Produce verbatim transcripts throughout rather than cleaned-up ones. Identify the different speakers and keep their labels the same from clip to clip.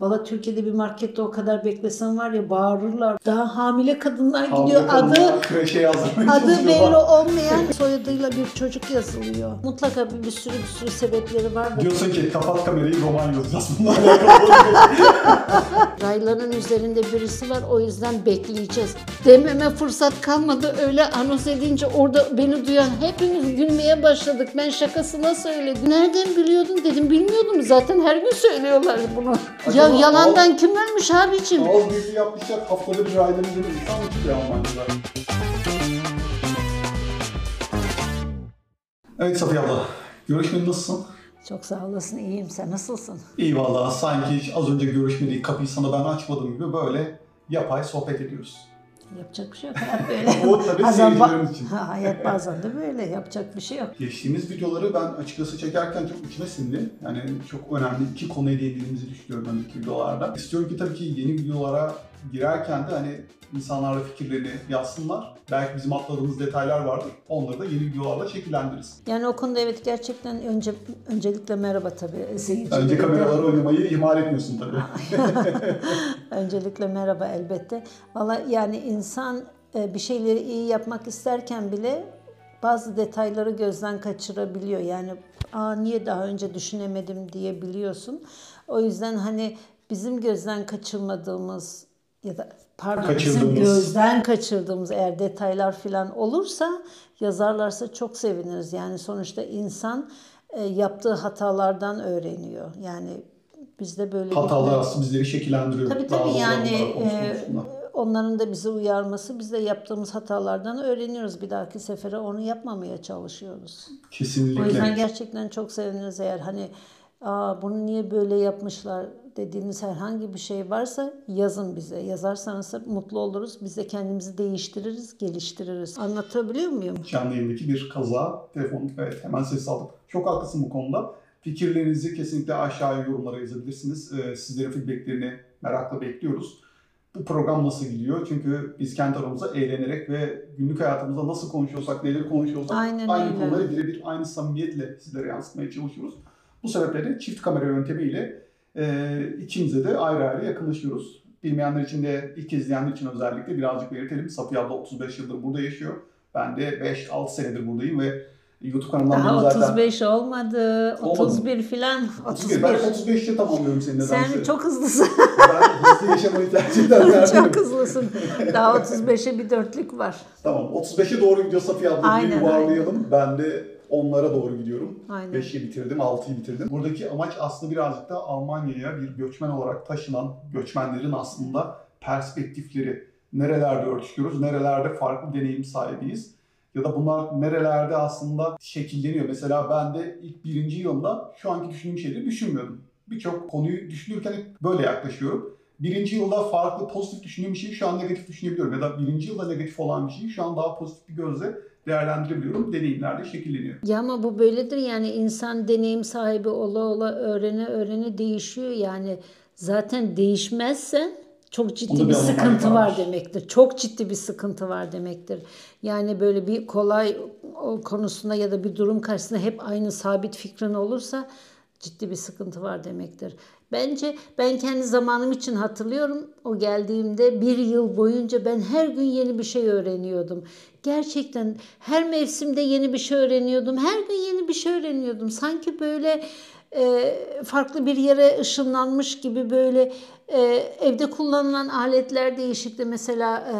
Speaker 1: Valla Türkiye'de bir markette o kadar beklesen var ya bağırırlar. Daha hamile kadınlar
Speaker 2: Hamile
Speaker 1: gidiyor.
Speaker 2: kadınlar
Speaker 1: Adı
Speaker 2: kreşe yazılmaya
Speaker 1: adı belli
Speaker 2: çalışıyorlar.
Speaker 1: olmayan soyadıyla bir çocuk yazılıyor. Mutlaka bir, bir sürü bir sürü sebepleri var.
Speaker 2: Diyorsun ki kapat kamerayı, roman yazacağız bunlarla alakalı.
Speaker 1: Rayların üzerinde birisi var, o yüzden bekleyeceğiz. Dememe fırsat kalmadı, öyle anons edince orada beni duyan hepimiz gülmeye başladık. Ben şakasına söyledim. Nereden biliyordun dedim, bilmiyordum zaten, her gün söylüyorlar bunu.
Speaker 2: Acaba
Speaker 1: Ya yalandan
Speaker 2: ağız-
Speaker 1: kim ölmüş abicim?
Speaker 2: Ağız büyüklüğü yapmışlar, haftada bir rayların üzerinde insan mı çıkıyor Almancılar? Evet Safiye abla, görüşmeni nasılsın?
Speaker 1: Çok sağ olasın, iyiyim. Sen nasılsın?
Speaker 2: İyi valla, sanki hiç az önce görüşmedik, kapıyı sana ben açmadım gibi böyle yapay sohbet ediyoruz.
Speaker 1: Yapacak bir şey yok. Hayat böyle.
Speaker 2: O tabii
Speaker 1: Bazen ba-
Speaker 2: seyircilerimiz için.
Speaker 1: Ha, hayat bazen de böyle. Yapacak bir şey yok.
Speaker 2: Geçtiğimiz videoları ben açıkçası çekerken çok içime sindi. Yani çok önemli iki konuya değindiğimizi düşünüyorum önceki videolarda. İstiyorum ki tabii ki yeni videolara girerken de hani insanlar da fikirlerini yazsınlar. Belki bizim atladığımız detaylar vardır. Onları da yeni videolarla şekillendiririz.
Speaker 1: Yani o konuda evet gerçekten önce öncelikle merhaba tabii seyircilere.
Speaker 2: Önce kameraları oynamayı ihmal etmiyorsun tabii.
Speaker 1: Öncelikle merhaba elbette. Valla yani insan bir şeyleri iyi yapmak isterken bile bazı detayları gözden kaçırabiliyor. Yani aa niye daha önce düşünemedim diyebiliyorsun. O yüzden hani bizim gözden kaçırmadığımız ya da pardon bizim gözden kaçırdığımız eğer detaylar falan olursa yazarlarsa çok seviniriz. Yani sonuçta insan e, yaptığı hatalardan öğreniyor. Yani bizde böyle
Speaker 2: Hatalar
Speaker 1: bir...
Speaker 2: aslında bizleri şekillendiriyor.
Speaker 1: Tabii
Speaker 2: Daha
Speaker 1: tabii
Speaker 2: doğru
Speaker 1: yani
Speaker 2: adımlar
Speaker 1: e,
Speaker 2: konusunda.
Speaker 1: onların da bizi uyarması, biz de yaptığımız hatalardan öğreniyoruz. Bir dahaki sefere onu yapmamaya çalışıyoruz.
Speaker 2: Kesinlikle.
Speaker 1: O yüzden gerçekten çok seviniriz eğer hani aa bunu niye böyle yapmışlar dediğiniz herhangi bir şey varsa yazın bize. Yazarsanız mutlu oluruz. Biz de kendimizi değiştiririz, geliştiririz. Anlatabiliyor muyum?
Speaker 2: Canlı yayındaki bir kaza, telefon, evet hemen ses aldık. Çok haklısın bu konuda. Fikirlerinizi kesinlikle aşağıya yorumlara yazabilirsiniz. Ee, sizlerin feedbacklerini merakla bekliyoruz. Bu program nasıl gidiyor? Çünkü biz kendi aramızda eğlenerek ve günlük hayatımızda nasıl konuşuyorsak, neleri konuşuyorsak
Speaker 1: Aynen
Speaker 2: aynı
Speaker 1: öyle.
Speaker 2: konuları birebir aynı samimiyetle sizlere yansıtmaya çalışıyoruz. Bu sebeple de çift kamera yöntemiyle e, ikimize de ayrı ayrı yakınlaşıyoruz. Bilmeyenler için de ilk kez izleyenler için özellikle birazcık belirtelim. Safiye abla otuz beş yıldır burada yaşıyor. Ben de beş altı senedir buradayım ve YouTube kanalından
Speaker 1: Daha
Speaker 2: beri zaten...
Speaker 1: otuz beş olmadı. otuz bir filan.
Speaker 2: otuz bir. Ben otuz beşte tamamlıyorum senin nedense.
Speaker 1: Sen çok hızlısın.
Speaker 2: Ben hızlı yaşamayı tercih edenlerdenim.
Speaker 1: Çok hızlısın. Daha otuz beşe bir dörtlük var.
Speaker 2: Tamam. otuz beşe doğru gidiyor Safiye abla.
Speaker 1: Aynen,
Speaker 2: Bir yuvarlayalım. Ben de onlara doğru gidiyorum.
Speaker 1: Aynen.
Speaker 2: beşi bitirdim, altıyı bitirdim. Buradaki amaç aslında birazcık da Almanya'ya bir göçmen olarak taşınan göçmenlerin aslında perspektifleri. Nerelerde örtüşüyoruz, nerelerde farklı deneyim sahibiyiz. Ya da bunlar nerelerde aslında şekilleniyor. Mesela ben de ilk birinci yılda şu anki düşündüğüm şeyleri düşünmüyordum. Birçok konuyu düşünürken hep böyle yaklaşıyorum. Birinci yılda farklı pozitif düşündüğüm bir şeyi şu an negatif düşünebiliyorum. Ya da birinci yılda negatif olan bir şeyi şu an daha pozitif bir gözle değerlendirebiliyorum. Deneyimler de şekilleniyor.
Speaker 1: Ya ama bu böyledir yani insan deneyim sahibi ola ola öğrene öğrene değişiyor. Yani zaten değişmezsen çok ciddi
Speaker 2: Onda
Speaker 1: bir
Speaker 2: bir
Speaker 1: sıkıntı
Speaker 2: anormallik
Speaker 1: var
Speaker 2: var.
Speaker 1: demektir. Çok ciddi bir sıkıntı var demektir. Yani böyle bir kolay o konusunda ya da bir durum karşısında hep aynı sabit fikrin olursa ciddi bir sıkıntı var demektir. Bence ben kendi zamanım için hatırlıyorum. O geldiğimde bir yıl boyunca ben her gün yeni bir şey öğreniyordum. Gerçekten her mevsimde yeni bir şey öğreniyordum. Her gün yeni bir şey öğreniyordum. Sanki böyle e, farklı bir yere ışınlanmış gibi böyle e, evde kullanılan aletler değişikti. Mesela e,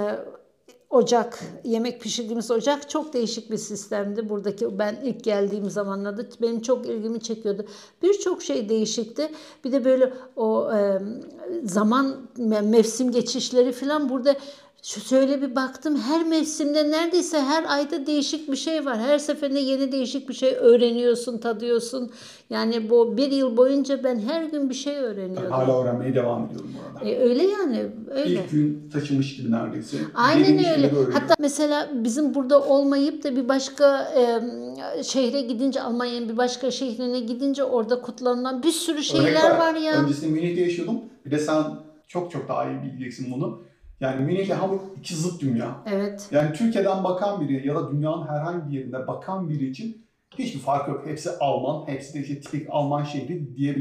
Speaker 1: ocak, yemek pişirdiğimiz ocak çok değişik bir sistemdi. Buradaki ben ilk geldiğim zamanlarda benim çok ilgimi çekiyordu. Birçok şey değişikti. Bir de böyle o e, zaman mevsim geçişleri falan burada şöyle bir baktım her mevsimde neredeyse her ayda değişik bir şey var. Her seferinde yeni değişik bir şey öğreniyorsun, tadıyorsun. Yani bu bir yıl boyunca ben her gün bir şey öğreniyordum.
Speaker 2: Ben hala öğrenmeye devam ediyorum bu arada.
Speaker 1: E, öyle yani öyle.
Speaker 2: İlk gün taşımış gibi neredeyse.
Speaker 1: Aynen öyle. Hatta mesela bizim burada olmayıp da bir başka e, şehre gidince Almanya'nın bir başka şehrine gidince orada kutlanılan bir sürü şeyler var. var ya.
Speaker 2: Öncesinde Münih'te yaşıyordum. Bir de sen çok çok daha iyi bileceksin bunu. Yani Münih ile Hamburg iki zıt dünya.
Speaker 1: Evet.
Speaker 2: Yani Türkiye'den bakan biri ya da dünyanın herhangi bir yerinde bakan biri için hiçbir fark yok. Hepsi Alman, hepsi de işte tipik Alman şehri diyebilir.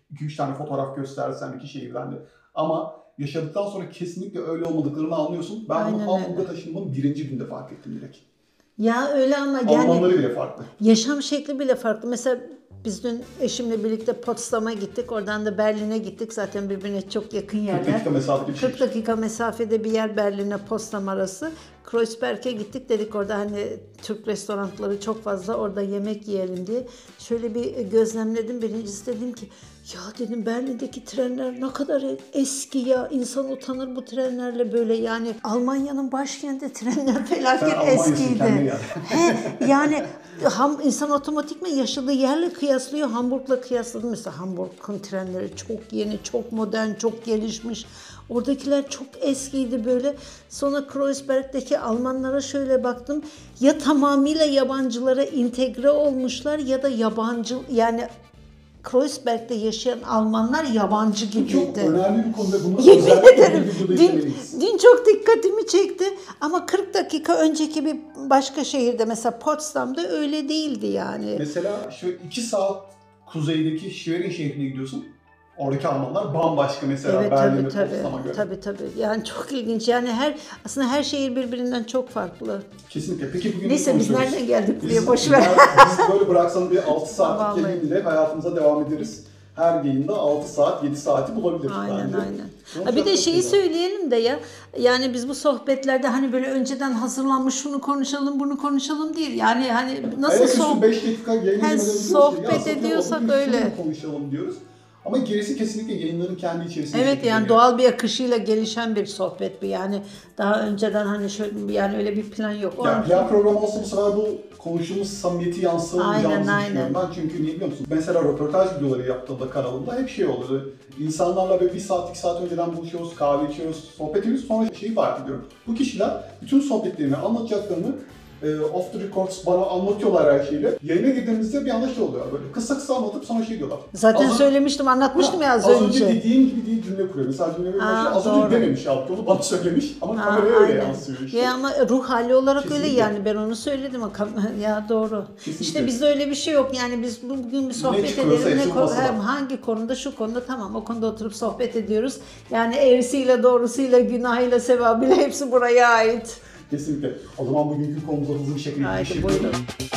Speaker 2: iki üç tane fotoğraf göstersem iki şehirden de. Ama yaşadıktan sonra kesinlikle öyle olmadıklarını anlıyorsun. Ben
Speaker 1: Aynen
Speaker 2: bunu Hamburg'a
Speaker 1: öyle.
Speaker 2: taşındığım birinci günde fark ettim direkt.
Speaker 1: Ya öyle ama yani
Speaker 2: Almanları bile farklı.
Speaker 1: yaşam şekli bile farklı. Mesela biz dün eşimle birlikte Potsdam'a gittik. Oradan da Berlin'e gittik. Zaten birbirine çok yakın
Speaker 2: kırk
Speaker 1: yerler.
Speaker 2: dakika mesafede bir şey.
Speaker 1: kırk dakika mesafede bir yer Berlin'e Potsdam arası. Kreuzberg'e gittik, dedik orada hani Türk restoranları çok fazla, orada yemek yiyelim diye. Şöyle bir gözlemledim. Birincisi dedim ki ya dedim Berlin'deki trenler ne kadar eski ya, insan utanır bu trenlerle böyle, yani Almanya'nın başkenti trenler felaket
Speaker 2: Sen Almanya'sın,
Speaker 1: eskiydi.
Speaker 2: kendine gel.
Speaker 1: He, yani ham, insan otomatikman yaşadığı yerle kıyaslıyor. Hamburg'la kıyasladım mesela, Hamburg'un trenleri çok yeni, çok modern, çok gelişmiş. Oradakiler çok eskiydi böyle. Sonra Kreuzberg'deki Almanlara şöyle baktım. Ya tamamıyla yabancılara entegre olmuşlar ya da yabancı, yani Kreuzberg'de yaşayan Almanlar yabancı gibiydi.
Speaker 2: Çok önemli bir konu ve bunu
Speaker 1: Yemin
Speaker 2: özellikle
Speaker 1: ederim
Speaker 2: bir videoda
Speaker 1: dün,
Speaker 2: işlemeliyiz.
Speaker 1: dün çok dikkatimi çekti ama kırk dakika önceki bir başka şehirde mesela Potsdam'da öyle değildi yani.
Speaker 2: Mesela şu iki saat kuzeydeki Schwerin şehrine gidiyorsun. Oradaki Almanlar bambaşka mesela
Speaker 1: Evet
Speaker 2: Berlin ve
Speaker 1: tabii
Speaker 2: Potsdam'a
Speaker 1: tabii,
Speaker 2: göre.
Speaker 1: tabii tabii. Yani çok ilginç. Yani her aslında her şehir birbirinden çok farklı.
Speaker 2: Kesinlikle. Peki bugün
Speaker 1: Neyse
Speaker 2: ne
Speaker 1: biz
Speaker 2: konuşuyoruz?
Speaker 1: nereden geldik buraya,
Speaker 2: Biz,
Speaker 1: boş ver.
Speaker 2: biz böyle bıraksanız bir altı saatlik
Speaker 1: Vallahi.
Speaker 2: yayın ile hayatımıza devam ederiz. Her yayında altı saat, yedi saati bulabiliriz
Speaker 1: Aynen
Speaker 2: bence.
Speaker 1: aynen.
Speaker 2: Çok
Speaker 1: Ha, bir de
Speaker 2: çok
Speaker 1: şeyi
Speaker 2: güzel.
Speaker 1: söyleyelim de ya, yani biz bu sohbetlerde hani böyle önceden hazırlanmış şunu konuşalım bunu konuşalım değil. Yani hani nasıl
Speaker 2: Ayaküstü
Speaker 1: sohbet
Speaker 2: beş dakika yayın
Speaker 1: He,
Speaker 2: ediyoruz ki,
Speaker 1: sohbet
Speaker 2: ya satın
Speaker 1: ediyorsak
Speaker 2: alalım,
Speaker 1: öyle.
Speaker 2: şunu konuşalım diyoruz. Ama gerisi kesinlikle yayınların kendi içerisinde.
Speaker 1: Evet, yani doğal bir akışıyla gelişen bir sohbet bu. Yani daha önceden hani şöyle, yani öyle bir plan yok. O
Speaker 2: Ya
Speaker 1: an-
Speaker 2: plan programı olsa bu sefer bu konuştuğumuz samimiyeti yansıtamayacağımızı
Speaker 1: Aynen,
Speaker 2: düşünüyorum ben. Çünkü niye biliyor musun? Mesela röportaj videoları yaptığımda kanalımda hep şey oluyordu. İnsanlarla böyle bir saat, iki saat önceden buluşuyoruz, kahve içiyoruz, sohbet ediyoruz. Sonra şeyi fark ediyorum. Bu kişiler bütün sohbetlerini, anlatacaklarını e, off the records bana anlatıyorlar her şeyle. Yayına girdiğimizde bir anda şey oluyor. Böyle kısa kısa anlatıp sonra şey diyorlar.
Speaker 1: Zaten
Speaker 2: Az-
Speaker 1: söylemiştim, anlatmıştım
Speaker 2: Ha,
Speaker 1: ya az,
Speaker 2: az
Speaker 1: önce.
Speaker 2: önce dediğim gibi diye cümle kuruyor. Mesela cümleyi
Speaker 1: Ha,
Speaker 2: başta az
Speaker 1: doğru.
Speaker 2: önce dememiş halbuki onu bana söylemiş ama
Speaker 1: Ha,
Speaker 2: kameraya öyle
Speaker 1: aynen.
Speaker 2: yansıyor işte.
Speaker 1: Ya ama ruh hali olarak öyle
Speaker 2: Kesinlikle.
Speaker 1: yani, ben onu söyledim. O kam- Ya doğru.
Speaker 2: Kesinlikle.
Speaker 1: İşte bizde öyle bir şey yok yani, biz bugün bir sohbet
Speaker 2: çıkıyorsa
Speaker 1: edelim. Ne
Speaker 2: hepsi
Speaker 1: ko-
Speaker 2: masada.
Speaker 1: hem hangi konuda, şu konuda, tamam o konuda oturup sohbet ediyoruz. Yani eğrisiyle doğrusuyla, günahıyla, sevabıyla hepsi buraya ait.
Speaker 2: Kesinlikle. O zaman bugünkü konumuza hızlı bir şekilde
Speaker 1: Haydi
Speaker 2: geçelim.
Speaker 1: buyurun.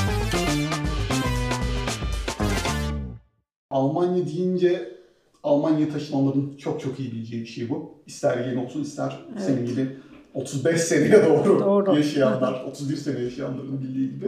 Speaker 2: Almanya deyince Almanya'ya taşınanların çok çok iyi bileceği bir şey bu. İster yeni olsun ister senin gibi otuz beş seneye doğru,
Speaker 1: Doğru.
Speaker 2: yaşayanlar, otuz bir sene yaşayanların bildiği gibi.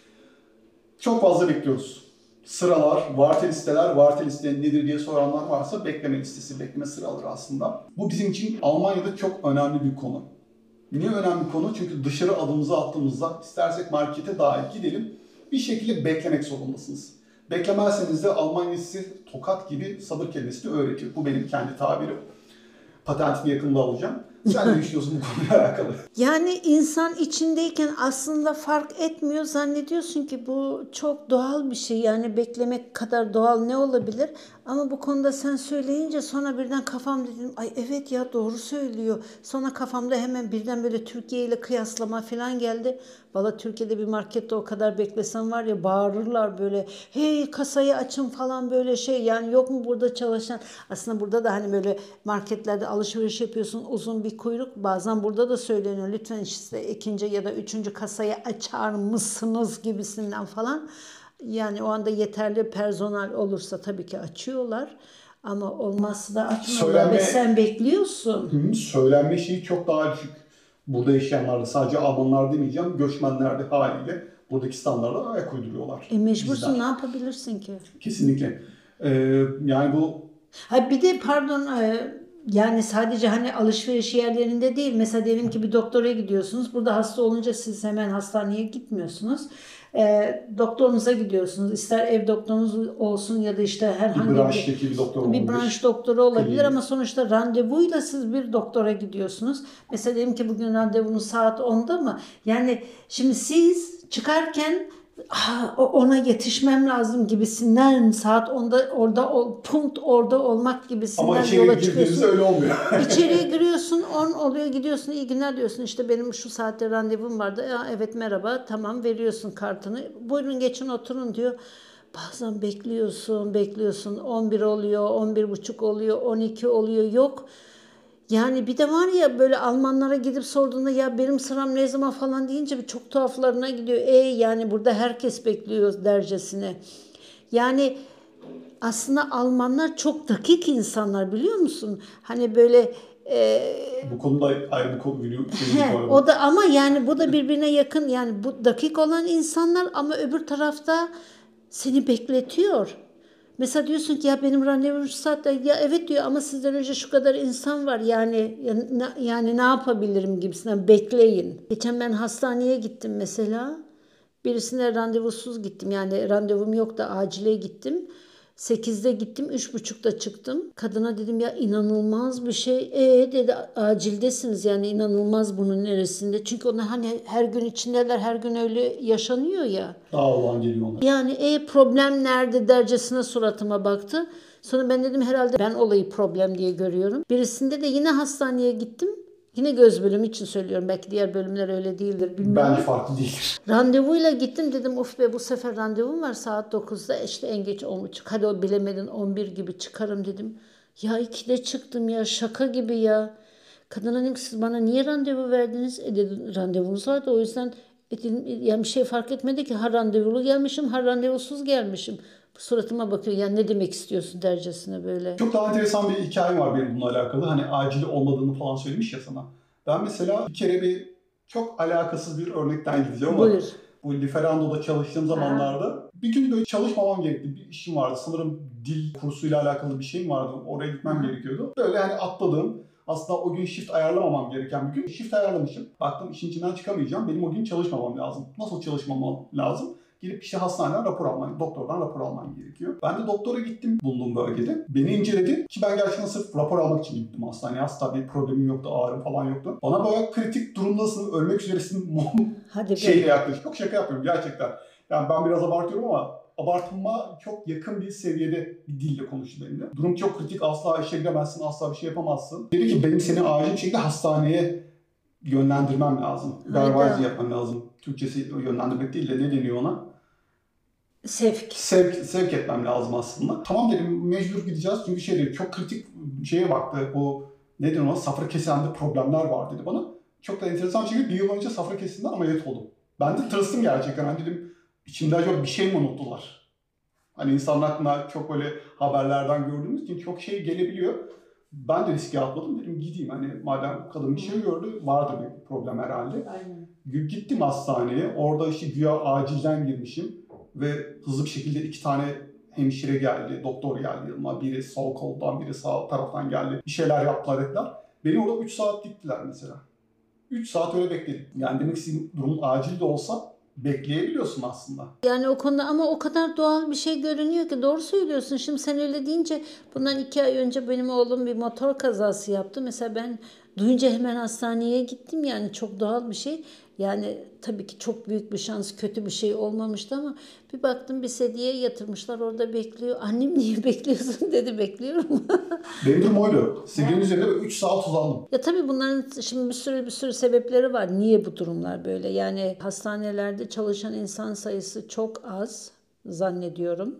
Speaker 2: Çok fazla bekliyoruz. Sıralar, varte listeler, varte liste nedir diye soranlar varsa bekleme listesi, bekleme sıraları aslında. Bu bizim için Almanya'da çok önemli bir konu. Niye önemli bir konu? Çünkü dışarı adımımızı attığımızda istersek markete dahi gidelim bir şekilde beklemek zorundasınız. Beklemezseniz de Almanya size tokat gibi sabır kelimesini öğretiyor. Bu benim kendi tabirim. Patentini yakında alacağım. Sen ne düşünüyorsun bu konuyla alakalı?
Speaker 1: Yani insan içindeyken aslında fark etmiyor. Zannediyorsun ki bu çok doğal bir şey. Yani beklemek kadar doğal ne olabilir? Ama bu konuda sen söyleyince sonra birden kafam dedim, ay evet ya doğru söylüyor. Sonra kafamda hemen birden böyle Türkiye ile kıyaslama falan geldi. Valla Türkiye'de bir markette o kadar beklesem var ya, bağırırlar böyle, hey kasayı açın falan, böyle şey yani, yok mu burada çalışan? Aslında burada da hani böyle marketlerde alışveriş yapıyorsun, uzun bir kuyruk, bazen burada da söyleniyor lütfen işte ikinci ya da üçüncü kasayı açar mısınız gibisinden falan. Yani o anda yeterli personel olursa tabii ki açıyorlar. Ama olmazsa da açmıyorlar
Speaker 2: Söylenme-
Speaker 1: ve sen bekliyorsun.
Speaker 2: Hı, söylenme şeyi çok daha düşük. Burada yaşayanlarda, sadece Almanlar demeyeceğim, göçmenler de haliyle buradaki standartlara ayak uyduruyorlar.
Speaker 1: E mecbursun,
Speaker 2: Bizler.
Speaker 1: ne yapabilirsin ki?
Speaker 2: Kesinlikle. Ee, yani bu
Speaker 1: Ha bir de pardon, e, yani sadece hani alışveriş yerlerinde değil. Mesela diyelim ki bir doktora gidiyorsunuz. Burada hasta olunca siz hemen hastaneye gitmiyorsunuz. E, doktorunuza gidiyorsunuz. İster ev doktorunuz olsun ya da işte herhangi
Speaker 2: bir
Speaker 1: bir
Speaker 2: branştaki bir doktor olabilir.
Speaker 1: bir branş doktoru olabilir
Speaker 2: Klinik.
Speaker 1: ama sonuçta randevuyla siz bir doktora gidiyorsunuz. Mesela diyelim ki bugün randevunuz saat onda mı? Yani şimdi siz çıkarken "Ah, o- ona yetişmem lazım" gibisinden, saat onda orada ol, punkt orada olmak
Speaker 2: Ama
Speaker 1: gibisinden
Speaker 2: içeri
Speaker 1: yola
Speaker 2: girdiğinizde
Speaker 1: çıkıyorsun.
Speaker 2: öyle olmuyor.
Speaker 1: İçeriye giriyorsun, on oluyor, gidiyorsun, iyi günler diyorsun, işte benim şu saatte randevum vardı. Ya, evet merhaba, tamam, veriyorsun kartını, buyurun geçin oturun diyor. Bazen bekliyorsun, bekliyorsun. on bir oluyor, on bir buçuk oluyor, on iki oluyor. Yok. Yani bir de var ya böyle Almanlara gidip sorduğunda ya benim sıram ne zaman falan deyince bir çok tuhaflarına gidiyor. E yani burada herkes bekliyor dercesine. Yani aslında Almanlar çok dakik insanlar biliyor musun? Hani böyle e,
Speaker 2: Bu konuda ayrı bir konu biliyorum.
Speaker 1: he, o da ama yani bu da birbirine yakın. Yani bu dakik olan insanlar ama öbür tarafta seni bekletiyor. Mesela diyorsun ki ya benim randevum şu saatte ya evet diyor ama sizden önce şu kadar insan var yani yani, yani ne yapabilirim gibisinden bekleyin. Geçen ben hastaneye gittim mesela. Birisine randevusuz gittim yani randevum yok da acile gittim. sekizde gittim, üç buçukta çıktım. Kadına dedim ya inanılmaz bir şey. E dedi acildesiniz yani inanılmaz bunun neresinde. Çünkü onlar hani her gün içindeler, her gün öyle yaşanıyor ya.
Speaker 2: Dağıldan geliyor onlar.
Speaker 1: Yani e problem nerede dercesine suratıma baktı. Sonra ben dedim herhalde ben olayı problem diye görüyorum. Birisinde de yine hastaneye gittim. Yine göz bölümü için söylüyorum. Belki diğer bölümler öyle değildir bilmiyorum.
Speaker 2: Bence farklı değildir.
Speaker 1: Randevuyla gittim dedim of be bu sefer randevum var saat dokuzda işte en geç on buçuk. Hadi o bilemedin on bir gibi çıkarım dedim. Ya ikide çıktım ya şaka gibi ya. Kadına dedim ki siz bana niye randevu verdiniz? E dedi randevunuz vardı o yüzden e dedim, yani bir şey fark etmedi ki ha randevulu gelmişim ha randevusuz gelmişim. Suratıma bakıyor yani ne demek istiyorsun dercesine böyle.
Speaker 2: Çok daha enteresan bir hikayem var benim bununla alakalı. Hani acili olmadığını falan söylemiş ya sana. Ben mesela bir kere bir çok alakasız bir örnekten gideceğim ama
Speaker 1: Buyur.
Speaker 2: bu Lieferando'da çalıştığım zamanlarda bir gün böyle çalışmamam gerekti. Bir işim vardı. Sanırım dil kursuyla alakalı bir şeyim vardı. Oraya gitmem gerekiyordu. Böyle hani atladığım, aslında o gün shift ayarlamamam gereken bir gün. Shift ayarlamışım. Baktım işin içinden çıkamayacağım. Benim o gün çalışmamam lazım. Nasıl çalışmamam lazım? Gidip işte hastaneden rapor alman, doktordan rapor alman gerekiyor. Ben de doktora gittim bulunduğum bölgede. Beni inceledi ki ben gerçekten sırf rapor almak için gittim hastaneye. Asla bir problemim yoktu, ağrım falan yoktu. Bana böyle kritik durumdasın, ölmek üzeresin
Speaker 1: Hadi
Speaker 2: şeyle yaklaşık. Çok şaka yapıyorum gerçekten. Yani ben biraz abartıyorum ama abartma çok yakın bir seviyede bir dille konuştu benimle. Durum çok kritik, asla işe giremezsin, asla bir şey yapamazsın. Dedi ki benim seni acil bir şekilde hastaneye yönlendirmem lazım. Supervise yapmam lazım. Türkçesi yönlendirmek değil de ne deniyor ona?
Speaker 1: Sevk.
Speaker 2: Sevk, sevk etmem lazım aslında. Tamam dedim mecbur gideceğiz çünkü şey dedi, çok kritik şeye baktı. O nedir ona? Safra kesende problemler var dedi bana. Çok da enteresan bir şekilde bir yıl önce safra kesinden ameliyat oldum. Ben de tırstım gerçekten. Hani dedim içimde acaba bir şey mi unuttular? Hani insanın aklına çok böyle haberlerden gördüğümüz için çok şey gelebiliyor. Ben de riske atladım dedim gideyim. Hani madem kadın bir şey gördü vardı bir problem herhalde.
Speaker 1: Aynen.
Speaker 2: Gittim hastaneye. Orada işte güya acilden girmişim. Ve hızlı bir şekilde iki tane hemşire geldi, doktor geldi yanıma. Biri sol koldan, biri sağ taraftan geldi. Bir şeyler yaptılar ettiler. Beni orada üç saat diktiler mesela. üç saat öyle bekledim. Yani demek istediğim durum acil de olsa bekleyebiliyorsun aslında.
Speaker 1: Yani o konuda ama o kadar doğal bir şey görünüyor ki doğru söylüyorsun. Şimdi sen öyle deyince bundan iki ay önce benim oğlum bir motor kazası yaptı. Mesela ben duyunca hemen hastaneye gittim yani çok doğal bir şey. Yani tabii ki çok büyük bir şans kötü bir şey olmamıştı ama bir baktım bir sedyeye yatırmışlar orada bekliyor. Annem niye bekliyorsun dedi bekliyorum.
Speaker 2: Benim durum oydu. Sedyenin üzerinde üç saat uzandım.
Speaker 1: Ya tabii bunların şimdi bir sürü bir sürü sebepleri var. Niye bu durumlar böyle? Yani hastanelerde çalışan insan sayısı çok az zannediyorum.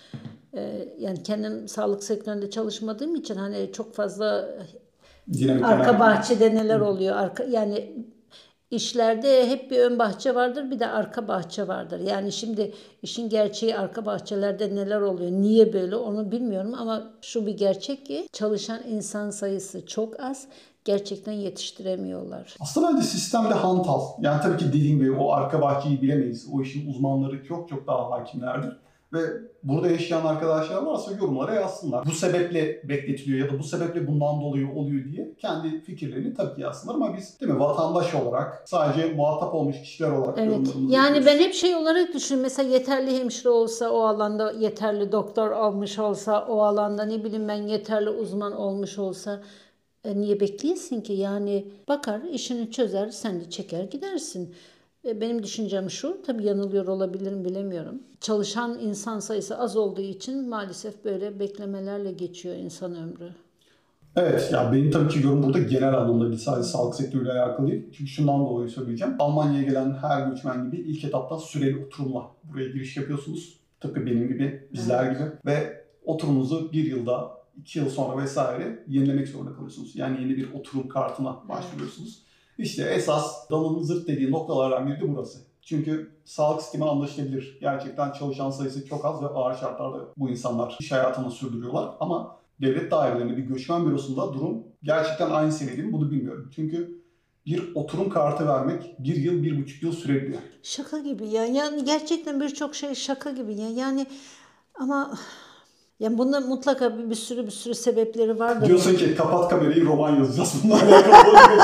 Speaker 1: Ee, yani kendim sağlık sektöründe çalışmadığım için hani çok fazla
Speaker 2: Dinamik
Speaker 1: arka
Speaker 2: önemli.
Speaker 1: bahçede neler oluyor? Arka yani işlerde hep bir ön bahçe vardır bir de arka bahçe vardır. Yani şimdi işin gerçeği arka bahçelerde neler oluyor? Niye böyle onu bilmiyorum ama şu bir gerçek ki çalışan insan sayısı çok az. Gerçekten yetiştiremiyorlar.
Speaker 2: Aslında bence sistemde hantal. Yani tabii ki dediğim gibi o arka bahçeyi bilemeyiz. O işin uzmanları çok çok daha hakimlerdir. Ve burada yaşayan arkadaşlar varsa yorumlara yazsınlar. Bu sebeple bekletiliyor ya da bu sebeple bundan dolayı oluyor diye kendi fikirlerini tabii ki yazsınlar ama biz değil mi vatandaş olarak sadece muhatap olmuş kişiler olarak
Speaker 1: Evet.
Speaker 2: yorumlarımızı
Speaker 1: Yani
Speaker 2: yapıyoruz.
Speaker 1: ben hep şey olarak düşünüyorum. Mesela yeterli hemşire olsa o alanda yeterli doktor almış olsa o alanda ne bileyim ben yeterli uzman olmuş olsa e, niye bekleyesin ki? Yani bakar işini çözer sen de çeker gidersin. Benim düşüncem şu, tabii yanılıyor olabilirim bilemiyorum. Çalışan insan sayısı az olduğu için maalesef böyle beklemelerle geçiyor insan ömrü.
Speaker 2: Evet, ya benim tabii ki yorum burada genel anlamda değil, sadece sağlık sektörüyle alakalı değil. Çünkü şundan dolayı söyleyeceğim. Almanya'ya gelen her göçmen gibi ilk etapta süreli oturumla buraya giriş yapıyorsunuz. Tıpkı benim gibi, bizler
Speaker 1: Evet.
Speaker 2: gibi. Ve oturumunuzu bir yılda, iki yıl sonra vesaire yenilemek zorunda kalıyorsunuz. Yani yeni bir oturum kartına başvuruyorsunuz. İşte esas dalının zırt dediği noktalardan biri de burası. Çünkü sağlık sistemi anlaşılabilir. Gerçekten çalışan sayısı çok az ve ağır şartlarda bu insanlar iş hayatını sürdürüyorlar. Ama devlet dairelerinde bir göçmen bürosunda durum gerçekten aynı seviyede mi bunu bilmiyorum. Çünkü bir oturum kartı vermek bir yıl, bir buçuk yıl sürebiliyor.
Speaker 1: Şaka gibi ya. Yani gerçekten birçok şey şaka gibi ya. Yani ama yani bunda mutlaka bir, bir sürü bir sürü sebepleri vardır.
Speaker 2: Diyorsun ki kapat kamerayı, roman yazacağız bunlarla alakalı.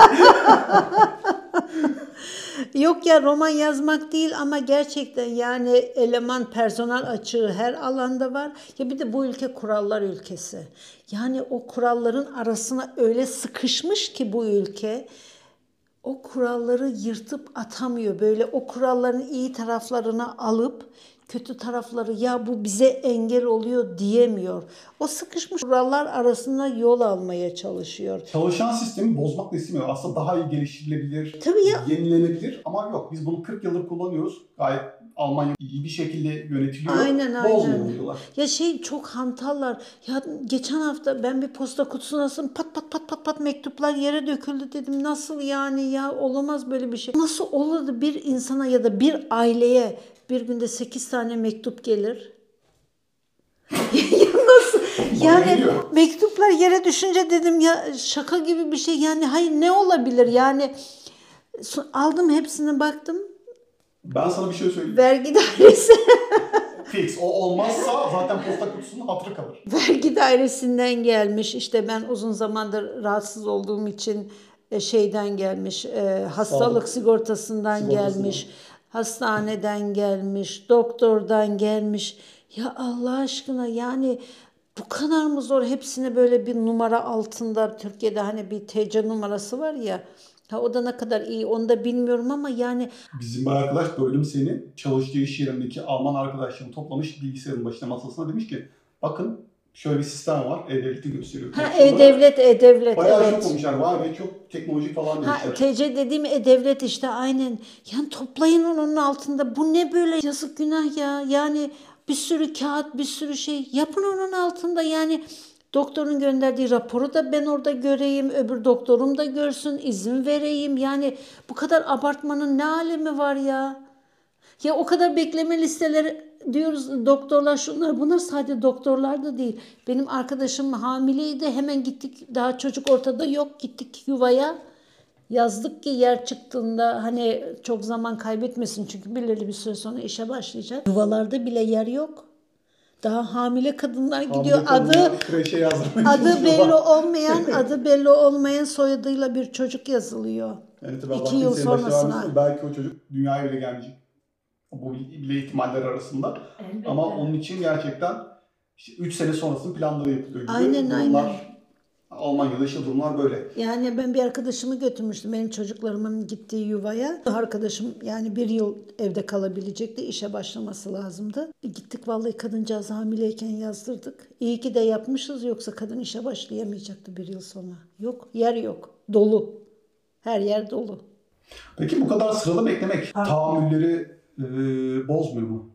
Speaker 1: Yok ya, roman yazmak değil ama gerçekten yani eleman personel açığı her alanda var. Ya bir de bu ülke kurallar ülkesi. Yani o kuralların arasına öyle sıkışmış ki bu ülke o kuralları yırtıp atamıyor. Böyle o kuralların iyi taraflarını alıp kötü tarafları ya bu bize engel oluyor diyemiyor. O sıkışmış kurallar arasında yol almaya çalışıyor.
Speaker 2: Çalışan sistemi bozmak da istemiyor. Aslında daha iyi geliştirilebilir,
Speaker 1: Tabii ya.
Speaker 2: yenilenebilir ama yok. Biz bunu kırk yıldır kullanıyoruz. Gayet Almanya iyi bir şekilde yönetiliyor.
Speaker 1: Aynen, aynen.
Speaker 2: Bozmayalım diyorlar.
Speaker 1: Ya şey çok hantallar. Ya geçen hafta ben bir posta kutusuna asım pat pat pat pat pat mektuplar yere döküldü dedim. Nasıl yani ya, olamaz böyle bir şey. Nasıl olur da bir insana ya da bir aileye bir günde sekiz tane mektup gelir? Ya nasıl? Yani
Speaker 2: geliyor.
Speaker 1: mektuplar yere düşünce dedim ya şaka gibi bir şey. Yani hayır, ne olabilir? Yani so- aldım hepsine baktım.
Speaker 2: Ben sana bir şey söyleyeyim.
Speaker 1: Vergi dairesi.
Speaker 2: Fix. O olmazsa zaten posta kutusunun hatırı kalır.
Speaker 1: Vergi dairesinden gelmiş. İşte ben uzun zamandır rahatsız olduğum için e, şeyden gelmiş. e, hastalık
Speaker 2: Sağlık
Speaker 1: sigortasından
Speaker 2: sigortasından.
Speaker 1: gelmiş. Hastaneden gelmiş. Doktordan gelmiş. Ya Allah aşkına yani bu kadar mı zor? Hepsine böyle bir numara altında, Türkiye'de hani bir T C numarası var ya. Ha, o da ne kadar iyi onu da bilmiyorum ama yani
Speaker 2: Bizim bir arkadaş bölüm seni çalıştığı iş yerindeki Alman arkadaşlarını toplamış bilgisayarın başına masasına demiş ki bakın şöyle bir sistem var. E-Devlet'i gösteriyor.
Speaker 1: ha
Speaker 2: Konuşuyorlar.
Speaker 1: E-Devlet, E-Devlet,
Speaker 2: Bayağı
Speaker 1: evet.
Speaker 2: şok olmuşlar. Vay be çok teknolojik falan
Speaker 1: Ha,
Speaker 2: demişler.
Speaker 1: T C dediğim E-Devlet işte aynen. Yani toplayın onun altında. Bu ne böyle, yazık günah ya. Yani bir sürü kağıt, bir sürü şey. Yapın onun altında yani. Doktorun gönderdiği raporu da ben orada göreyim. Öbür doktorum da görsün. İzin vereyim. Yani bu kadar abartmanın ne alemi var ya. Ya o kadar bekleme listeleri diyoruz, doktorlar şunlar bunlar, sadece doktorlar da değil. Benim arkadaşım hamileydi, hemen gittik, daha çocuk ortada yok, gittik yuvaya. Yazdık ki yer çıktığında hani çok zaman kaybetmesin çünkü belirli bir süre sonra işe başlayacak. Yuvalarda bile yer yok. Daha hamile kadınlar gidiyor.
Speaker 2: Hamile
Speaker 1: Adı
Speaker 2: kadınlar kreşe yazdırmaya
Speaker 1: adı belli
Speaker 2: çalışıyorlar.
Speaker 1: olmayan, adı belli olmayan soyadıyla bir çocuk yazılıyor.
Speaker 2: Yani tabii Allah
Speaker 1: İki yıl
Speaker 2: kimsenin başına
Speaker 1: sonrasına.
Speaker 2: vermesin, belki o çocuk dünyaya bile gelmeyecek. Bu bile ihtimaller arasında.
Speaker 1: Elbette.
Speaker 2: Ama onun için gerçekten işte üç sene sonrasının planları yapılıyor gibi.
Speaker 1: Aynen,
Speaker 2: durumlar,
Speaker 1: aynen.
Speaker 2: Almanya'da işte durumlar böyle.
Speaker 1: Yani ben bir arkadaşımı götürmüştüm benim çocuklarımın gittiği yuvaya. Arkadaşım yani bir yıl evde kalabilecekti. İşe başlaması lazımdı. E, gittik vallahi, kadıncağız hamileyken yazdırdık. İyi ki de yapmışız, yoksa kadın işe başlayamayacaktı bir yıl sonra. Yok, yer yok. Dolu. Her yer dolu.
Speaker 2: Peki bu kadar sırada beklemek tahammülleri e, bozmuyor mu?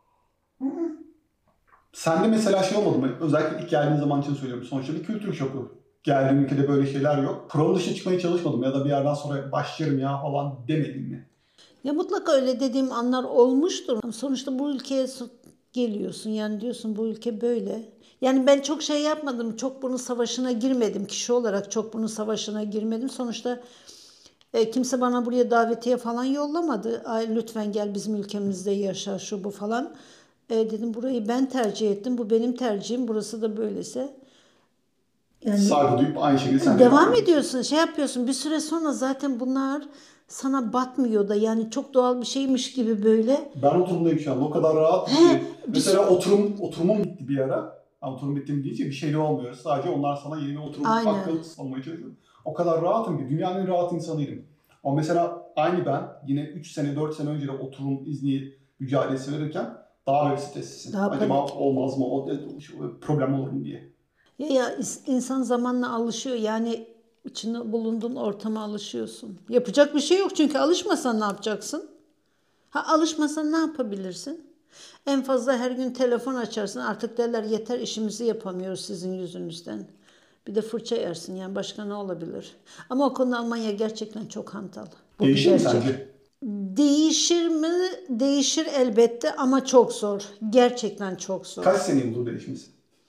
Speaker 2: Sende mesela şey olmadı mı? Özellikle ilk geldiğin zaman için söylüyorum. Sonuçta bir kültür şoku. Geldiğim ülkede böyle şeyler yok. Kural dışı çıkmaya çalışmadım ya da bir yerden sonra başlarım ya falan demedin mi?
Speaker 1: Ya mutlaka öyle dediğim anlar olmuştur. Sonuçta bu ülkeye geliyorsun, yani diyorsun bu ülke böyle. Yani ben çok şey yapmadım, çok bunun savaşına girmedim. Kişi olarak çok bunun savaşına girmedim. Sonuçta e, kimse bana buraya davetiye falan yollamadı. Ay, lütfen gel bizim ülkemizde yaşa, şu bu falan. E, dedim burayı ben tercih ettim, bu benim tercihim, burası da böylese. Yani
Speaker 2: Saygı duyup aynı şekilde sen
Speaker 1: devam ediyorsun, şey yapıyorsun. Bir süre sonra zaten bunlar sana batmıyor da, yani çok doğal bir şeymiş gibi böyle.
Speaker 2: Ben o durumdayım şu an. O kadar rahat ki. Mesela oturum, oturumum bitti bir ara. Yani oturum bitti mi deyince bir şey de olmuyor. Sadece onlar sana yeni bir oturum
Speaker 1: Aynen.
Speaker 2: hakkı kısıtlamaya çalışıyor. O kadar rahatım ki. Dünyanın en rahat insanıydım. Ama mesela aynı ben yine üç sene dört sene önce de oturum izni mücadelesi verirken daha böyle streslisin.
Speaker 1: Daha
Speaker 2: Acaba
Speaker 1: panik.
Speaker 2: olmaz mı? O, problem olur mu diye.
Speaker 1: Ya, ya insan zamanla alışıyor. Yani içinde bulunduğun ortama alışıyorsun. Yapacak bir şey yok çünkü alışmasan ne yapacaksın? Ha, alışmasan ne yapabilirsin? En fazla her gün telefon açarsın. Artık derler yeter işimizi yapamıyoruz sizin yüzünüzden. Bir de fırça yersin yani başka ne olabilir? Ama o konuda Almanya gerçekten çok hantal. Bu bir
Speaker 2: Değişir mi
Speaker 1: gerçek.
Speaker 2: sence?
Speaker 1: Değişir mi? Değişir elbette ama çok zor. Gerçekten çok zor.
Speaker 2: Kaç sene bulur değişmesi?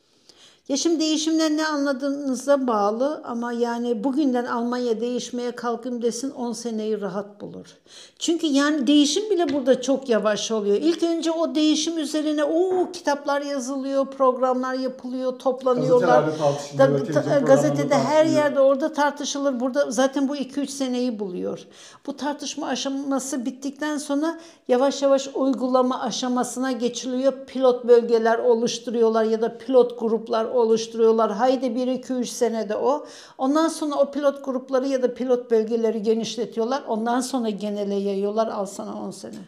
Speaker 1: Ya şimdi değişimden ne anladığınıza bağlı ama yani bugünden Almanya değişmeye kalkayım desin on seneyi rahat bulur. Çünkü yani değişim bile burada çok yavaş oluyor. İlk önce o değişim üzerine o kitaplar yazılıyor, programlar yapılıyor, toplanıyorlar.
Speaker 2: Gazetelerde tartışılıyor,
Speaker 1: Da-
Speaker 2: televizyon
Speaker 1: ta- gazetede
Speaker 2: programlarında
Speaker 1: her
Speaker 2: tartışılıyor.
Speaker 1: yerde orada tartışılır. Burada zaten bu iki üç seneyi buluyor. Bu tartışma aşaması bittikten sonra yavaş yavaş uygulama aşamasına geçiliyor. Pilot bölgeler oluşturuyorlar ya da pilot gruplar oluşturuyorlar. Haydi bir iki üç senede o. Ondan sonra o pilot grupları ya da pilot bölgeleri genişletiyorlar. Ondan sonra genele yayıyorlar. Al sana on sene.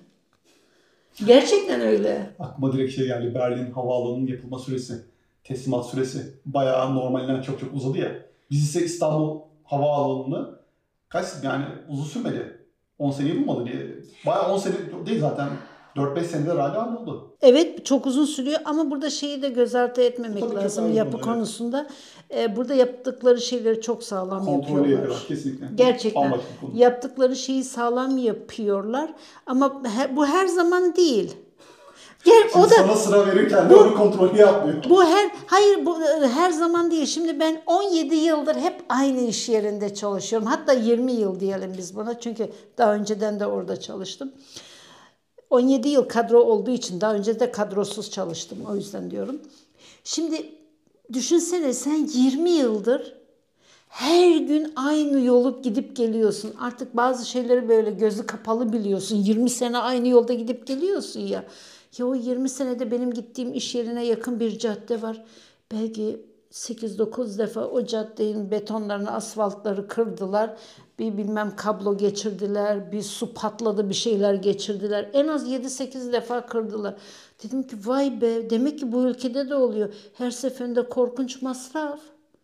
Speaker 1: Gerçekten öyle.
Speaker 2: Aklıma direkt şey geldi. Berlin havaalanının yapılma süresi, teslimat süresi bayağı normalinden çok çok uzadı ya. Biz ise İstanbul havaalanını kaç yani uzun sürmedi. on seneyi bulmadı diye. Bayağı on sene değil zaten. dört beş senede herhalde halloldu.
Speaker 1: Evet çok uzun sürüyor ama burada şeyi de göz ardı etmemek
Speaker 2: Tabii çok
Speaker 1: lazım
Speaker 2: önemli
Speaker 1: yapı
Speaker 2: konu, evet.
Speaker 1: konusunda. Ee, burada yaptıkları şeyleri çok sağlam
Speaker 2: Kontrolü
Speaker 1: yapıyorlar.
Speaker 2: yapıyorlar kesinlikle.
Speaker 1: Gerçekten
Speaker 2: Bambaşka bir konu.
Speaker 1: yaptıkları şeyi sağlam yapıyorlar ama he- bu her zaman değil. Gel,
Speaker 2: Şimdi
Speaker 1: o da
Speaker 2: sana sıra verirken de onu kontrolü yapmıyor.
Speaker 1: bu her hayır bu e, her zaman değil. Şimdi ben on yedi yıldır hep aynı iş yerinde çalışıyorum. Hatta yirmi yıl diyelim biz buna. Çünkü daha önceden de orada çalıştım. on yedi yıl kadro olduğu için daha önce de kadrosuz çalıştım. O yüzden diyorum. Şimdi düşünsene sen yirmi yıldır her gün aynı yolu gidip geliyorsun. Artık bazı şeyleri böyle gözü kapalı biliyorsun. yirmi sene aynı yolda gidip geliyorsun ya. Ya o yirmi senede benim gittiğim iş yerine yakın bir cadde var. Belki sekiz dokuz defa o caddenin betonlarını, asfaltları kırdılar. Bir bilmem kablo geçirdiler, bir su patladı, bir şeyler geçirdiler. En az yedi sekiz defa kırdılar. Dedim ki vay be, demek ki bu ülkede de oluyor. Her seferinde korkunç masraf.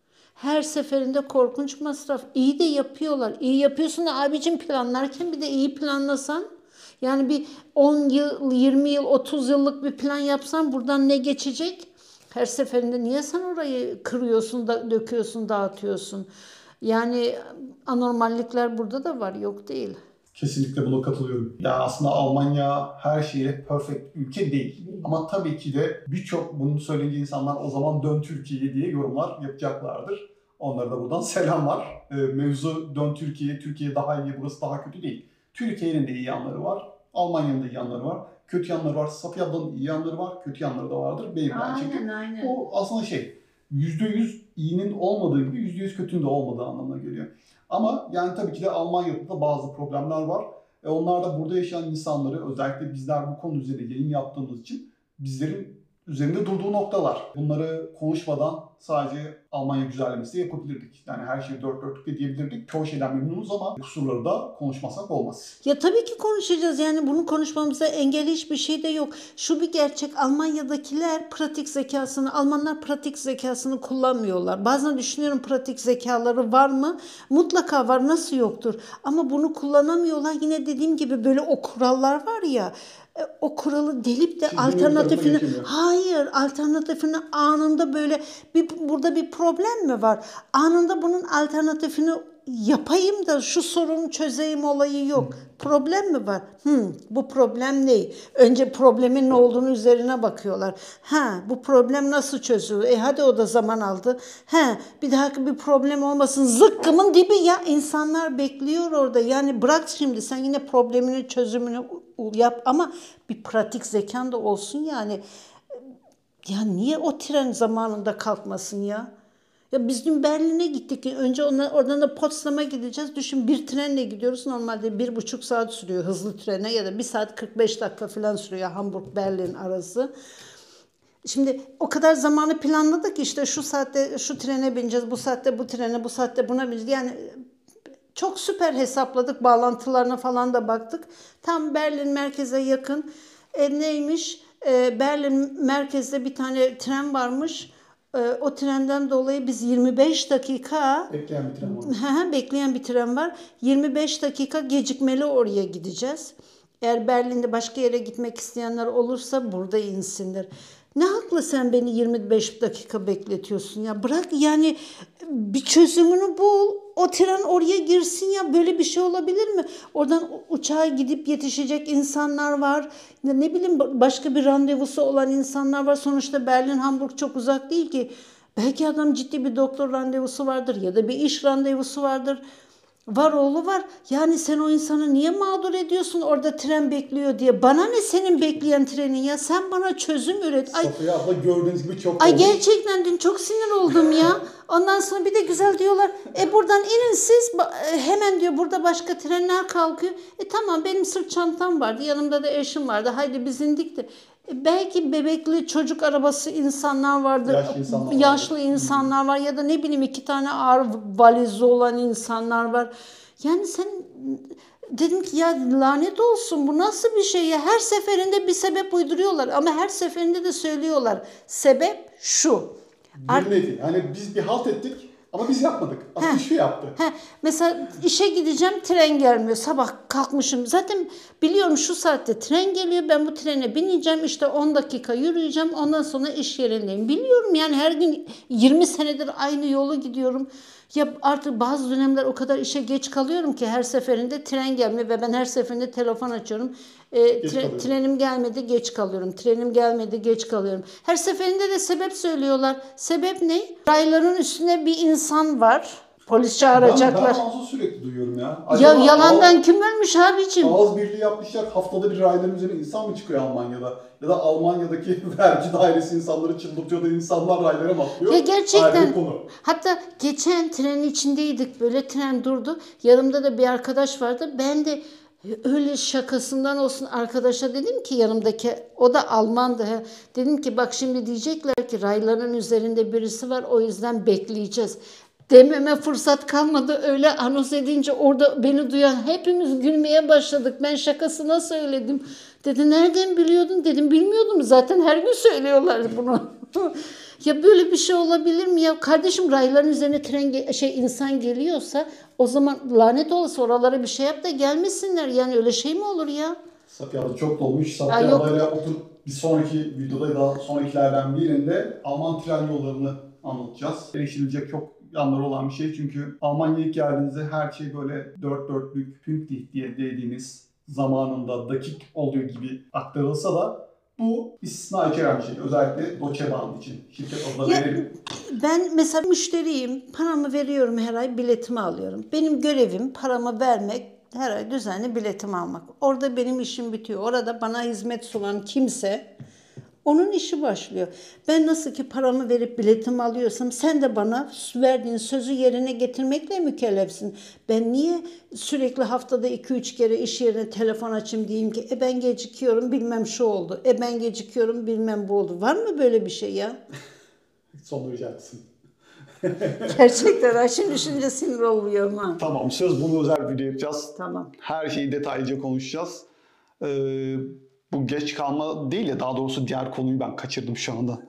Speaker 1: Her seferinde korkunç masraf. İyi de yapıyorlar. İyi yapıyorsun da abicim planlarken bir de iyi planlasan. Yani bir on yıl, yirmi yıl, otuz yıllık bir plan yapsan buradan ne geçecek? Her seferinde niye sen orayı kırıyorsun, da, döküyorsun, dağıtıyorsun? Yani anormallikler burada da var, yok değil.
Speaker 2: Kesinlikle buna katılıyorum. Ya aslında Almanya her şeyle perfect ülke değil. Ama tabii ki de birçok bunu söyleyince insanlar o zaman dön Türkiye'ye diye yorumlar yapacaklardır. Onlara da buradan selam var. Ee, mevzu dön Türkiye, Türkiye daha iyi, burası daha kötü değil. Türkiye'nin de iyi yanları var. Almanya'nın da iyi yanları var. Kötü yanları var. Safiye ablanın iyi yanları var. Kötü yanları da vardır. Benim de aynı şekilde.
Speaker 1: aynen.
Speaker 2: O aslında şey, yüzde yüz iyinin olmadığı gibi yüzde yüz kötünün de olmadığı anlamına geliyor. Ama yani tabii ki de Almanya'da da bazı problemler var. E onlar da burada yaşayan insanları, özellikle bizler bu konu üzerine yayın yaptığımız için bizlerin üzerinde durduğu noktalar. Bunları konuşmadan sadece Almanya güzellemesi de yapabilirdik. Yani her şeyi dört dörtlük de diyebilirdik. Çoğu şeyden memnunuz ama kusurları da konuşmasak olmaz.
Speaker 1: Ya tabii ki konuşacağız yani bunu konuşmamıza engel hiçbir şey de yok. Şu bir gerçek, Almanya'dakiler pratik zekasını, Almanlar pratik zekasını kullanmıyorlar. Bazen düşünüyorum pratik zekaları var mı? Mutlaka var, nasıl yoktur? Ama bunu kullanamıyorlar. Yine dediğim gibi böyle o kurallar var ya, e, o kuralı delip de
Speaker 2: Çizginin
Speaker 1: alternatifini
Speaker 2: ötesine geçemiyor.
Speaker 1: hayır alternatifini anında böyle bir burada bir problem mi var? Anında bunun alternatifini yapayım da şu sorunu çözeyim olayı yok. Problem mi var? Hmm, bu problem ne? Önce problemin ne olduğunu üzerine bakıyorlar. Ha, bu problem nasıl çözülür? E hadi o da zaman aldı. Ha, bir daha bir problem olmasın. Zıkkımın dibi ya, insanlar bekliyor orada. Yani bırak şimdi sen yine problemini çözümünü yap ama bir pratik zekan da olsun yani. Ya niye o tren zamanında kalkmasın ya? Ya biz dün Berlin'e gittik. Önce ona, oradan da Potsdam'a gideceğiz. Düşün bir trenle gidiyoruz. Normalde bir buçuk saat sürüyor hızlı trene ya da bir saat kırk beş dakika falan sürüyor Hamburg-Berlin arası. Şimdi o kadar zamanı planladık ki işte şu saatte şu trene bineceğiz, bu saatte bu trene, bu saatte buna bineceğiz. Yani çok süper hesapladık, bağlantılarına falan da baktık. Tam Berlin merkeze yakın. E, neymiş? E, Berlin merkezde bir tane tren varmış. E, o trenden dolayı biz yirmi beş dakika
Speaker 2: Bekleyen bir tren var.
Speaker 1: bekleyen bir tren var. yirmi beş dakika gecikmeli oraya gideceğiz. Eğer Berlin'de başka yere gitmek isteyenler olursa burada insinler. Ne haklı sen beni yirmi beş dakika bekletiyorsun ya. Bırak yani bir çözümünü bul. O tren oraya girsin ya. Böyle bir şey olabilir mi? Oradan uçağa gidip yetişecek insanlar var. Ne bileyim başka bir randevusu olan insanlar var. Sonuçta Berlin, Hamburg çok uzak değil ki. Belki adam ciddi bir doktor randevusu vardır ya da bir iş randevusu vardır. Var oğlu var. Yani sen o insanı niye mağdur ediyorsun orada tren bekliyor diye. Bana ne senin bekleyen trenin ya? Sen bana çözüm üret. Ay,
Speaker 2: Safiye abla gördüğünüz gibi çok
Speaker 1: ay
Speaker 2: olmuş.
Speaker 1: gerçekten dün çok sinir oldum ya. Ondan sonra bir de güzel diyorlar. E buradan inin siz. Hemen diyor burada başka trenler kalkıyor. E tamam benim sırt çantam vardı. Yanımda da eşim vardı. Haydi biz indik de. E belki bebekli çocuk arabası insanlar vardır.
Speaker 2: Yaşlı insanlar vardır.
Speaker 1: Yaşlı insanlar var ya da ne bileyim iki tane ağır valizi olan insanlar var. Yani sen dedim ki ya lanet olsun bu nasıl bir şey ya? Her seferinde bir sebep uyduruyorlar ama her seferinde de söylüyorlar. Sebep şu.
Speaker 2: Bir nevi. Hani biz bir halt ettik ama biz yapmadık. Aslında
Speaker 1: Heh.
Speaker 2: şu yaptı.
Speaker 1: He, mesela işe gideceğim tren gelmiyor. Sabah kalkmışım. Zaten biliyorum şu saatte tren geliyor. Ben bu trene bineceğim. İşte on dakika yürüyeceğim. Ondan sonra iş yerindeyim. Biliyorum yani her gün yirmi senedir aynı yolu gidiyorum. Ya artık bazı dönemler o kadar işe geç kalıyorum ki her seferinde tren gelmiyor ve ben her seferinde telefon açıyorum. E, tre- trenim gelmedi geç kalıyorum. Trenim gelmedi geç kalıyorum. Her seferinde de sebep söylüyorlar. Sebep ne? Rayların üstüne bir insan var. Polis çağıracaklar.
Speaker 2: Ben, ben ağzı sürekli duyuyorum ya.
Speaker 1: Ya
Speaker 2: Acaba
Speaker 1: yalandan
Speaker 2: ağız,
Speaker 1: kim ölmüş abicim?
Speaker 2: ağız birliği yapmışlar. Haftada bir rayların üzerine insan mı çıkıyor Almanya'da? Ya da Almanya'daki vergi dairesi insanları çıldırtıyor da insanlar raylara mı atlıyor?
Speaker 1: Ya gerçekten.
Speaker 2: Ayrı bir konu.
Speaker 1: Hatta geçen trenin içindeydik böyle tren durdu. Yanımda da bir arkadaş vardı. Ben de öyle şakasından olsun arkadaşa dedim ki yanımdaki o da Almandı. He. Dedim ki bak şimdi diyecekler ki rayların üzerinde birisi var o yüzden bekleyeceğiz. Dememe fırsat kalmadı öyle anons edince orada beni duyan hepimiz gülmeye başladık. Ben şakasına söyledim. Dedi nereden biliyordun? Dedim bilmiyordum zaten her gün söylüyorlar bunu. Ya böyle bir şey olabilir mi ya? Kardeşim rayların üzerine tren şey insan geliyorsa o zaman lanet olası oralara bir şey yap da gelmesinler. Yani öyle şey mi olur ya?
Speaker 2: Safiye abla çok dolmuş. Safiye
Speaker 1: Ya yok.
Speaker 2: ablayla oturup bir sonraki videoda ya da sonrakilerden birinde Alman tren yollarını anlatacağız. Eleştirilecek çok yanları olan bir şey çünkü Almanya'ya ilk geldiğinizde her şey böyle dört dörtlük pünktlich diye dediğimiz zamanında dakik olduğu gibi aktarılsa da bu istisna içeren bir şey. Özellikle Deutsche Bahn için. Şirket adına
Speaker 1: Ya,
Speaker 2: verelim.
Speaker 1: ben mesela müşteriyim. Paramı veriyorum her ay biletimi alıyorum. Benim görevim paramı vermek, her ay düzenli biletimi almak. Orada benim işim bitiyor. Orada bana hizmet sunan kimse onun işi başlıyor. Ben nasıl ki paramı verip biletimi alıyorsam sen de bana verdiğin sözü yerine getirmekle mükellefsin. Ben niye sürekli haftada iki üç kere iş yerine telefon açayım diyeyim ki e ben gecikiyorum bilmem şu oldu. E ben gecikiyorum bilmem bu oldu. Var mı böyle bir şey ya?
Speaker 2: Son ricatsın.
Speaker 1: Gerçekten ha şimdi düşünce sinir oluyorum ha.
Speaker 2: Tamam söz bunu özel bir video yapacağız.
Speaker 1: Tamam.
Speaker 2: Her şeyi detaylıca konuşacağız. Ee, bu geç kalma değil ya daha doğrusu diğer konuyu ben kaçırdım şu anda.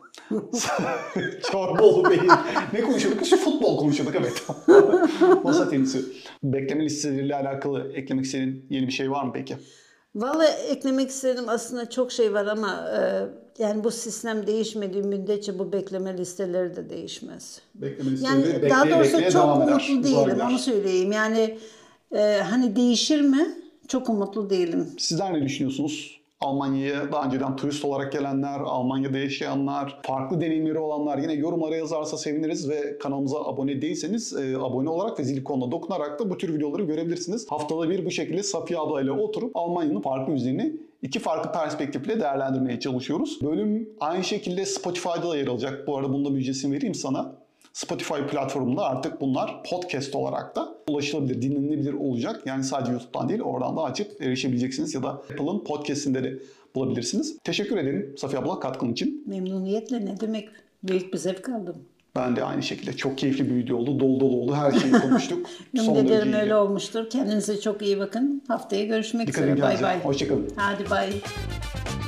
Speaker 2: Çorbaoğlu Bey'in ne konuşuyorduk? Şu futbol konuşuyorduk evet. Masa tenisi. Bekleme listeleriyle alakalı eklemek istediğin yeni bir şey var mı peki?
Speaker 1: Vallahi eklemek istedim aslında çok şey var ama e, yani bu sistem değişmediği müddetçe bu bekleme listeleri de değişmez.
Speaker 2: Bekleme listeleri
Speaker 1: Yani
Speaker 2: bekleye
Speaker 1: daha doğrusu
Speaker 2: bekleye
Speaker 1: çok
Speaker 2: devam eder.
Speaker 1: umutlu değilim
Speaker 2: Uzar
Speaker 1: onu söyleyeyim. Yani e, hani değişir mi? Çok umutlu değilim.
Speaker 2: Sizler ne düşünüyorsunuz? Almanya'ya daha önceden turist olarak gelenler, Almanya'da yaşayanlar, farklı deneyimleri olanlar yine yorumlara yazarsa seviniriz ve kanalımıza abone değilseniz e, abone olarak ve zil ikonuna dokunarak da bu tür videoları görebilirsiniz. Haftada bir bu şekilde Safiye abla ile oturup Almanya'nın farklı yüzlerini iki farklı perspektifle değerlendirmeye çalışıyoruz. Bölüm aynı şekilde Spotify'da da yer alacak. Bu arada bunda müjdesini vereyim sana. Spotify platformunda artık bunlar podcast olarak da ulaşılabilir, dinlenilebilir olacak. Yani sadece YouTube'dan değil, oradan da açıp erişebileceksiniz ya da Apple'ın podcast'inde de bulabilirsiniz. Teşekkür ederim Safiye abla katkın için.
Speaker 1: Memnuniyetle ne demek? Büyük bir zevk aldım.
Speaker 2: Ben de aynı şekilde çok keyifli bir video oldu. Dolu dolu oldu. Her şeyi konuştuk.
Speaker 1: Ümit ederim öyle olmuştur. Kendinize çok iyi bakın. Haftaya görüşmek
Speaker 2: Dikkat edin
Speaker 1: üzere. Bay
Speaker 2: kendinize.
Speaker 1: bay.
Speaker 2: Hoşçakalın.
Speaker 1: Hadi bay.